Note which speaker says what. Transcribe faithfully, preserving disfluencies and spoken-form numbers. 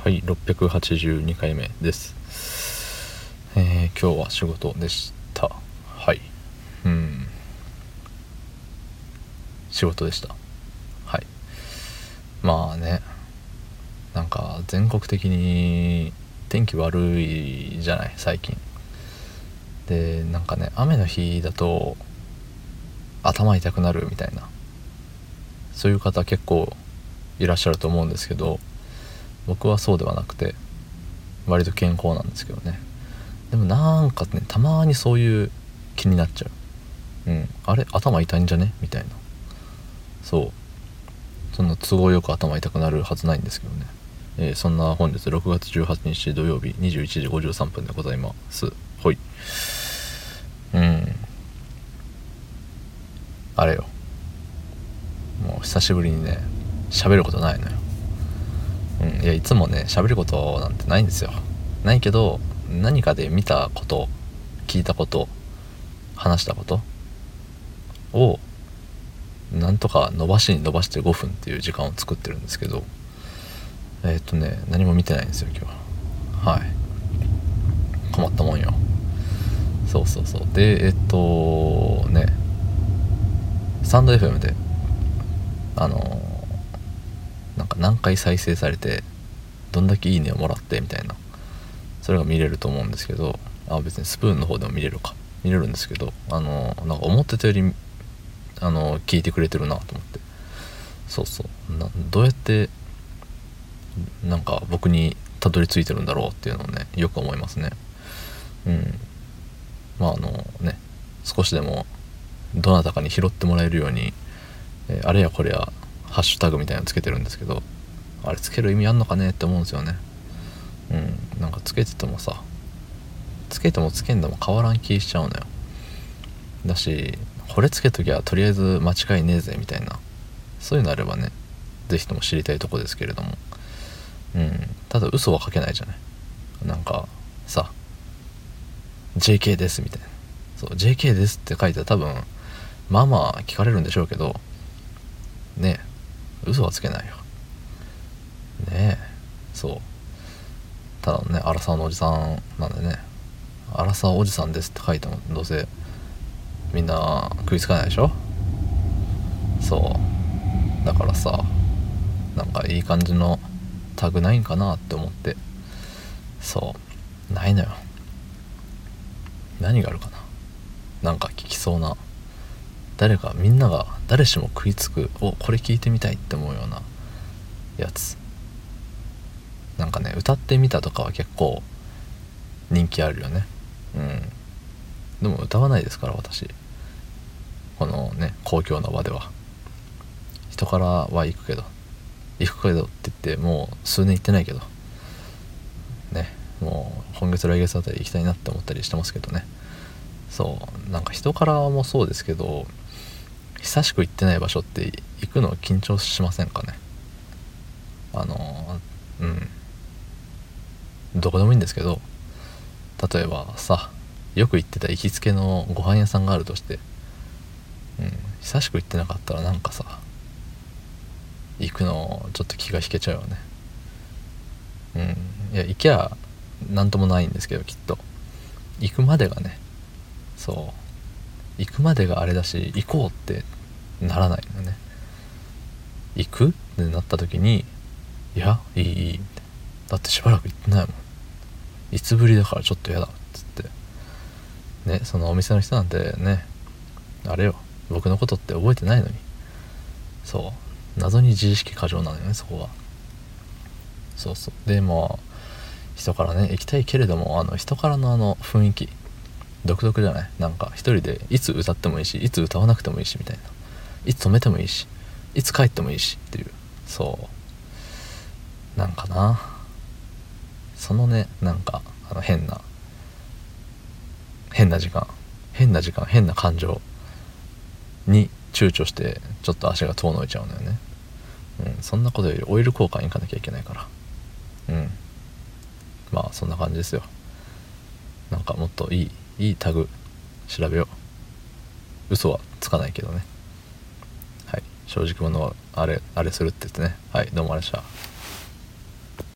Speaker 1: はい、ろっぴゃくはちじゅうにかいめです。えー、今日は仕事でした。はい。うん。仕事でした。はい。まあね、なんか全国的に天気悪いじゃない、最近。で、なんかね、雨の日だと頭痛くなるみたいな、そういう方結構いらっしゃると思うんですけど、僕はそうではなくて、割と健康なんですけどね。でもなんかね、たまにそういう気になっちゃう。うん、あれ頭痛いんじゃねみたいな。そうそんな都合よく頭痛くなるはずないんですけどね。えー、そんな本日ろくがつじゅうはちにち土曜日にじゅういちじごじゅうさんぷんでございます。ほい。うんあれよ、もう久しぶりにね喋ることないのよ。うん、いやいつもね喋ることなんてないんですよ。ないけど、何かで見たこと、聞いたこと、話したことをなんとか伸ばしに伸ばしてごふんっていう時間を作ってるんですけど、えー、っとね何も見てないんですよ今日は。はい。困ったもんよ。そうそうそう。でえっとねスタンド エフエム であのなんか何回再生されてどんだけいいねをもらってみたいな、それが見れると思うんですけど、あ別にスプーンの方でも見れるか見れるんですけど、あのなんか思ってたよりあの聞いてくれてるなと思って。そうそうなどうやってなんか僕にたどり着いてるんだろうっていうのをねよく思いますね。うんまああのね少しでもどなたかに拾ってもらえるように、えーあれやこれやハッシュタグみたいなのつけてるんですけど、あれつける意味あんのかねって思うんですよね。うんなんかつけててもさ、つけてもつけんでも変わらん気しちゃうのよ。だしこれつけときゃとりあえず間違いねえぜみたいな、そういうのあればね是非とも知りたいとこですけれども、うんただ嘘は書けないじゃない。なんかさ ジェーケー ですみたいな、そう ジェーケー ですって書いて多分まあまあ聞かれるんでしょうけどねえ、嘘はつけないよねえ。そうただね、アラサーのおじさんなんでね、アラサーおじさんですって書いてもどうせみんな食いつかないでしょ。そうだからさ、なんかいい感じのタグないんかなって思って。そうないのよ。何があるかな。なんか聞きそうな、誰かみんなが誰しも食いつく、おこれ聞いてみたいって思うようなやつ。なんかね歌ってみたとかは結構人気あるよね。うんでも歌わないですから私、このね公共の場では。人からは行くけど行くけどって言ってもう数年行ってないけどね、もう今月来月あたり行きたいなって思ったりしてますけどね。そうなんか人からもそうですけど、久しく行ってない場所って行くの緊張しませんかね。あのうんどこでもいいんですけど、例えばさよく行ってた行きつけのご飯屋さんがあるとして、うん、久しく行ってなかったらなんかさ行くのちょっと気が引けちゃうよね。うんいや行きゃなんともないんですけど、きっと行くまでがね、そう行くまでがあれだし行こうってならないのね。行くってなった時に、いやいいいいだってしばらく行ってないもん、いつぶりだからちょっと嫌だっつってね、そのお店の人なんてね、あれよ僕のことって覚えてないのに、そう謎に自意識過剰なのよねそこは。そうそうでまあ人からね行きたいけれども、あの人からのあの雰囲気独特じゃない。なんか一人でいつ歌ってもいいしいつ歌わなくてもいいしみたいな、いつ止めてもいいしいつ帰ってもいいしっていう、そうなんかな、そのねなんかあの変な変な時間変な時間変な感情に躊躇してちょっと足が遠のいちゃうのよね。うん、そんなことよりオイル交換行かなきゃいけないから。うんまあそんな感じですよ。なんかもっといいいいタグ調べよう。嘘はつかないけどね。はい正直者はあれあれするって言ってね。はいどうもありがとうございました。